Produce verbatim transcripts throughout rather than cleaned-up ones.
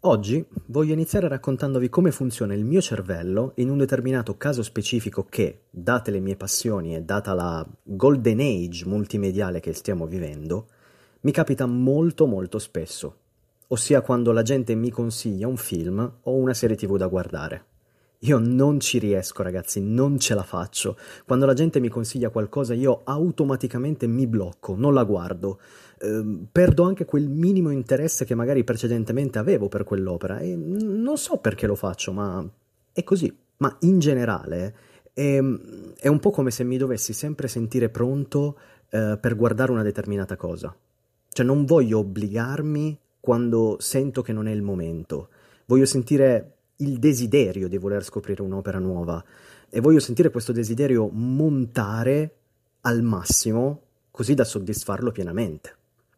Oggi voglio iniziare raccontandovi come funziona il mio cervello in un determinato caso specifico che, date le mie passioni e data la golden age multimediale che stiamo vivendo, mi capita molto molto spesso, ossia quando la gente mi consiglia un film o una serie tivù da guardare. Io non ci riesco, ragazzi, non ce la faccio. Quando la gente mi consiglia qualcosa io automaticamente mi blocco, non la guardo. Ehm, perdo anche quel minimo interesse che magari precedentemente avevo per quell'opera e non so perché lo faccio, ma è così. Ma in generale è, è un po' come se mi dovessi sempre sentire pronto eh, per guardare una determinata cosa. Cioè non voglio obbligarmi quando sento che non è il momento. Voglio sentire il desiderio di voler scoprire un'opera nuova e voglio sentire questo desiderio montare al massimo così da soddisfarlo pienamente.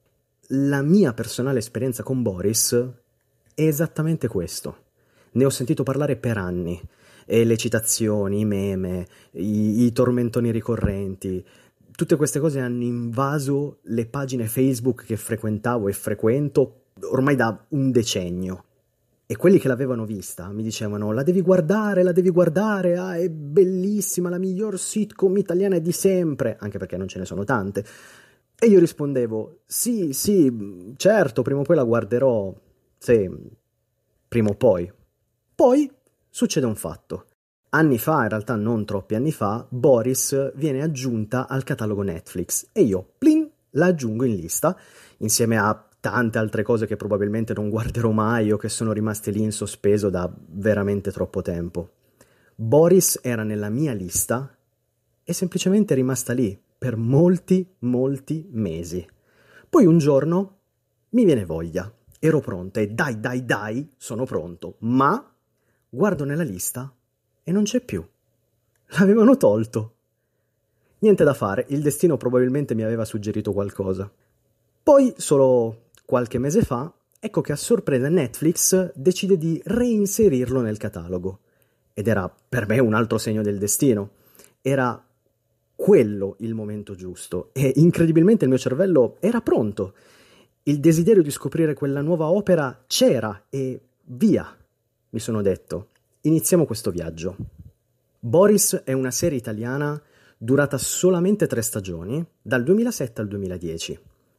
La mia personale esperienza con Boris è esattamente questo. Ne ho sentito parlare per anni e le citazioni, i meme, i, i tormentoni ricorrenti, tutte queste cose hanno invaso le pagine Facebook che frequentavo e frequento ormai da un decennio. E quelli che l'avevano vista mi dicevano la devi guardare, la devi guardare, ah, è bellissima, la miglior sitcom italiana di sempre, anche perché non ce ne sono tante. E io rispondevo, sì, sì, certo, prima o poi la guarderò, sì, prima o poi. Poi succede un fatto. Anni fa, in realtà non troppi anni fa, Boris viene aggiunta al catalogo Netflix e io, plin, la aggiungo in lista, insieme a tante altre cose che probabilmente non guarderò mai o che sono rimaste lì in sospeso da veramente troppo tempo. Boris era nella mia lista e semplicemente è rimasta lì per molti, molti mesi. Poi un giorno mi viene voglia, ero pronta e dai, dai, dai, sono pronto, ma guardo nella lista e non c'è più. L'avevano tolto. Niente da fare, il destino probabilmente mi aveva suggerito qualcosa. Poi, solo qualche mese fa, ecco che a sorpresa Netflix decide di reinserirlo nel catalogo. Ed era per me un altro segno del destino. Era quello il momento giusto e incredibilmente il mio cervello era pronto. Il desiderio di scoprire quella nuova opera c'era e via, mi sono detto. Iniziamo questo viaggio. Boris è una serie italiana durata solamente tre stagioni, dal duemilasette al duemiladieci.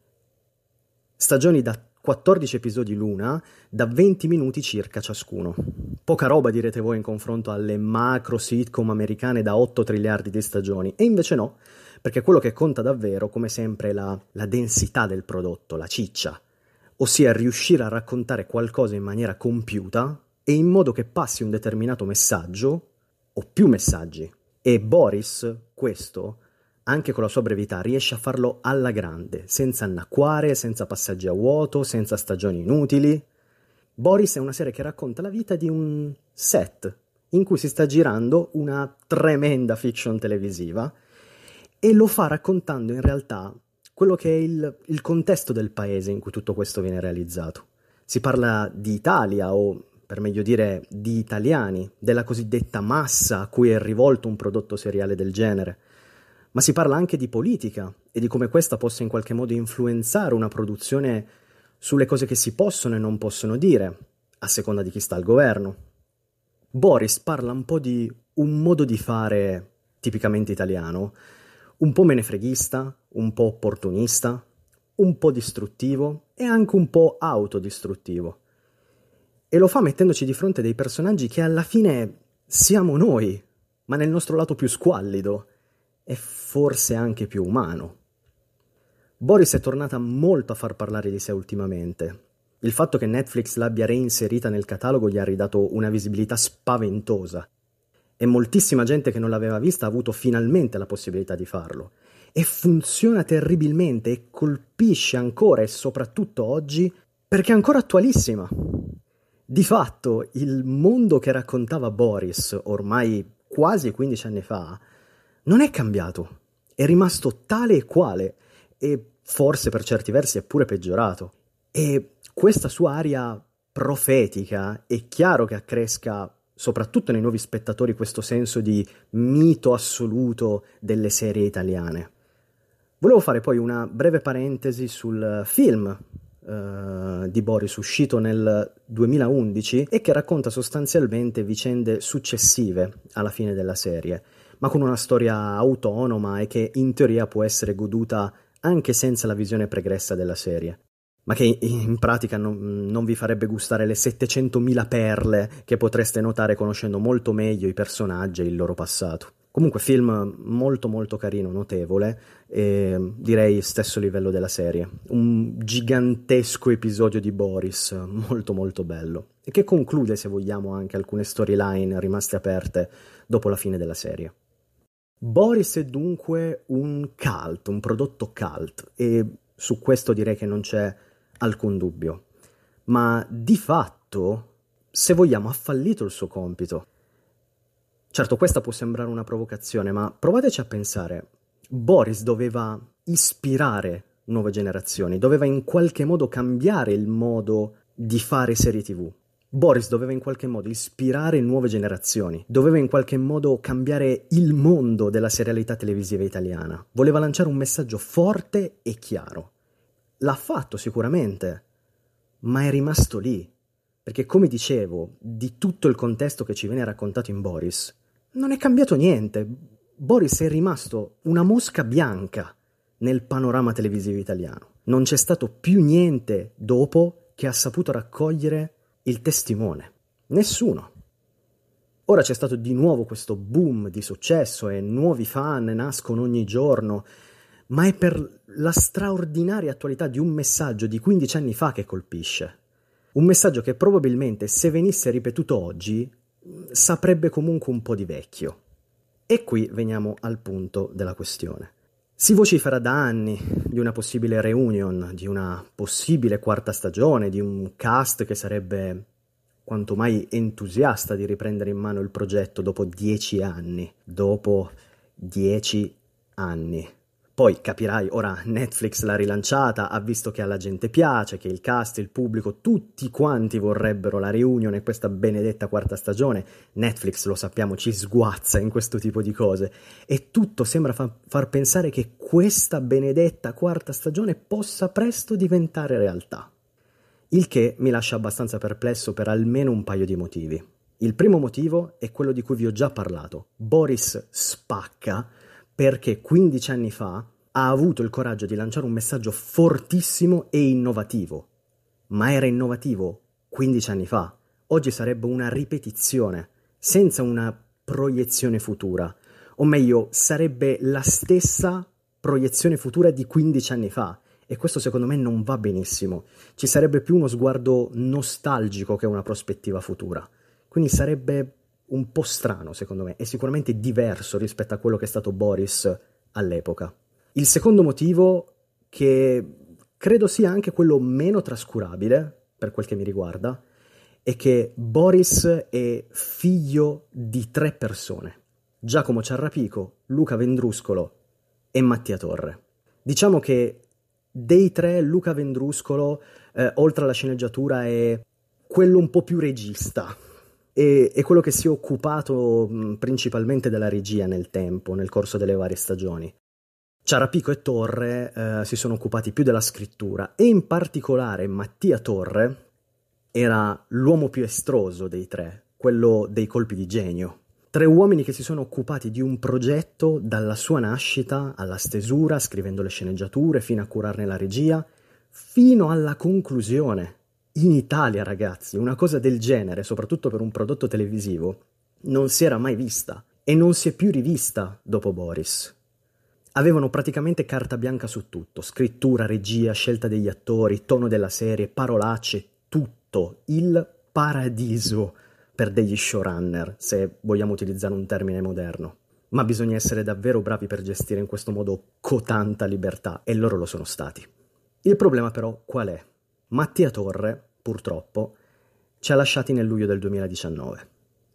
Stagioni da quattordici episodi l'una, da venti minuti circa ciascuno. Poca roba direte voi in confronto alle macro sitcom americane da otto triliardi di stagioni, e invece no, perché quello che conta davvero, come sempre, è la, la densità del prodotto, la ciccia, ossia riuscire a raccontare qualcosa in maniera compiuta e in modo che passi un determinato messaggio, o più messaggi. E Boris, questo, anche con la sua brevità, riesce a farlo alla grande, senza annacquare, senza passaggi a vuoto, senza stagioni inutili. Boris è una serie che racconta la vita di un set in cui si sta girando una tremenda fiction televisiva e lo fa raccontando in realtà quello che è il, il contesto del paese in cui tutto questo viene realizzato. Si parla di Italia, o per meglio dire di italiani, della cosiddetta massa a cui è rivolto un prodotto seriale del genere. Ma si parla anche di politica e di come questa possa in qualche modo influenzare una produzione sulle cose che si possono e non possono dire, a seconda di chi sta al governo. Boris parla un po' di un modo di fare tipicamente italiano, un po' menefreghista, un po' opportunista, un po' distruttivo e anche un po' autodistruttivo. E lo fa mettendoci di fronte dei personaggi che alla fine siamo noi, ma nel nostro lato più squallido e forse anche più umano. Boris è tornata molto a far parlare di sé ultimamente. Il fatto che Netflix l'abbia reinserita nel catalogo gli ha ridato una visibilità spaventosa e moltissima gente che non l'aveva vista ha avuto finalmente la possibilità di farlo. E funziona terribilmente e colpisce ancora e soprattutto oggi perché è ancora attualissima. Di fatto, il mondo che raccontava Boris ormai quasi quindici anni fa non è cambiato, è rimasto tale e quale e forse per certi versi è pure peggiorato. E questa sua aria profetica è chiaro che accresca soprattutto nei nuovi spettatori questo senso di mito assoluto delle serie italiane. Volevo fare poi una breve parentesi sul film uh, di Boris, uscito nel duemilaundici e che racconta sostanzialmente vicende successive alla fine della serie, ma con una storia autonoma e che in teoria può essere goduta anche senza la visione pregressa della serie, ma che in pratica non, non vi farebbe gustare le settecentomila perle che potreste notare conoscendo molto meglio i personaggi e il loro passato. Comunque film molto molto carino, notevole, e direi stesso livello della serie. Un gigantesco episodio di Boris, molto molto bello, e che conclude, se vogliamo, anche alcune storyline rimaste aperte dopo la fine della serie. Boris è dunque un cult, un prodotto cult, e su questo direi che non c'è alcun dubbio. Ma di fatto, se vogliamo, ha fallito il suo compito. Certo, questa può sembrare una provocazione, ma provateci a pensare. Boris doveva ispirare nuove generazioni, doveva in qualche modo cambiare il modo di fare serie tivù. Boris doveva in qualche modo ispirare nuove generazioni, doveva in qualche modo cambiare il mondo della serialità televisiva italiana. Voleva lanciare un messaggio forte e chiaro. L'ha fatto sicuramente, ma è rimasto lì. Perché, come dicevo, di tutto il contesto che ci viene raccontato in Boris, non è cambiato niente. Boris è rimasto una mosca bianca nel panorama televisivo italiano. Non c'è stato più niente dopo che ha saputo raccogliere il testimone. Nessuno. Ora c'è stato di nuovo questo boom di successo e nuovi fan nascono ogni giorno, ma è per la straordinaria attualità di un messaggio di quindici anni fa che colpisce. Un messaggio che probabilmente, se venisse ripetuto oggi, saprebbe comunque un po' di vecchio. E qui veniamo al punto della questione. Si vocifera da anni di una possibile reunion, di una possibile quarta stagione, di un cast che sarebbe quanto mai entusiasta di riprendere in mano il progetto dopo dieci anni. Dopo dieci anni. Poi capirai, ora Netflix l'ha rilanciata, ha visto che alla gente piace, che il cast, il pubblico, tutti quanti vorrebbero la reunion e questa benedetta quarta stagione. Netflix, lo sappiamo, ci sguazza in questo tipo di cose e tutto sembra fa- far pensare che questa benedetta quarta stagione possa presto diventare realtà. Il che mi lascia abbastanza perplesso per almeno un paio di motivi. Il primo motivo è quello di cui vi ho già parlato. Boris spacca perché quindici anni fa ha avuto il coraggio di lanciare un messaggio fortissimo e innovativo. Ma era innovativo quindici anni fa. Oggi sarebbe una ripetizione, senza una proiezione futura. O meglio, sarebbe la stessa proiezione futura di quindici anni fa. E questo secondo me non va benissimo. Ci sarebbe più uno sguardo nostalgico che una prospettiva futura. Quindi sarebbe un po' strano, secondo me, e sicuramente diverso rispetto a quello che è stato Boris all'epoca. Il secondo motivo, che credo sia anche quello meno trascurabile, per quel che mi riguarda, è che Boris è figlio di tre persone. Giacomo Ciarrapico, Luca Vendruscolo e Mattia Torre. Diciamo che dei tre, Luca Vendruscolo, eh, oltre alla sceneggiatura, è quello un po' più regista. È quello che si è occupato mh, principalmente della regia nel tempo, nel corso delle varie stagioni. Ciarrapico e Torre eh, si sono occupati più della scrittura e in particolare Mattia Torre era l'uomo più estroso dei tre, quello dei colpi di genio. Tre uomini che si sono occupati di un progetto dalla sua nascita alla stesura, scrivendo le sceneggiature, fino a curarne la regia, fino alla conclusione. In Italia, ragazzi, una cosa del genere, soprattutto per un prodotto televisivo, non si era mai vista e non si è più rivista dopo Boris. Avevano praticamente carta bianca su tutto, scrittura, regia, scelta degli attori, tono della serie, parolacce, tutto, il paradiso per degli showrunner, se vogliamo utilizzare un termine moderno. Ma bisogna essere davvero bravi per gestire in questo modo cotanta libertà, e loro lo sono stati. Il problema però qual è? Mattia Torre, purtroppo, ci ha lasciati nel luglio del duemiladiciannove.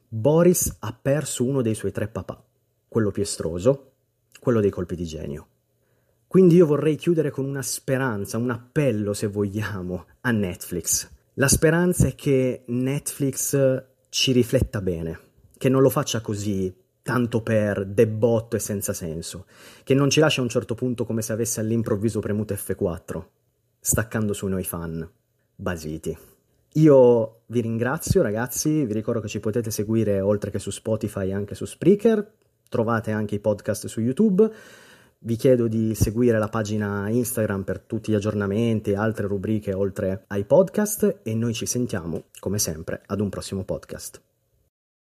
Boris ha perso uno dei suoi tre papà, quello più estroso, quello dei colpi di genio. Quindi io vorrei chiudere con una speranza, un appello, se vogliamo, a Netflix. La speranza è che Netflix ci rifletta bene, che non lo faccia così, tanto per debotto e senza senso, che non ci lascia a un certo punto come se avesse all'improvviso premuto effe quattro. staccando sui noi fan basiti. Io vi ringrazio ragazzi, vi ricordo che ci potete seguire oltre che su Spotify anche su Spreaker, trovate anche i podcast su YouTube, vi chiedo di seguire la pagina Instagram per tutti gli aggiornamenti e altre rubriche oltre ai podcast e noi ci sentiamo come sempre ad un prossimo podcast.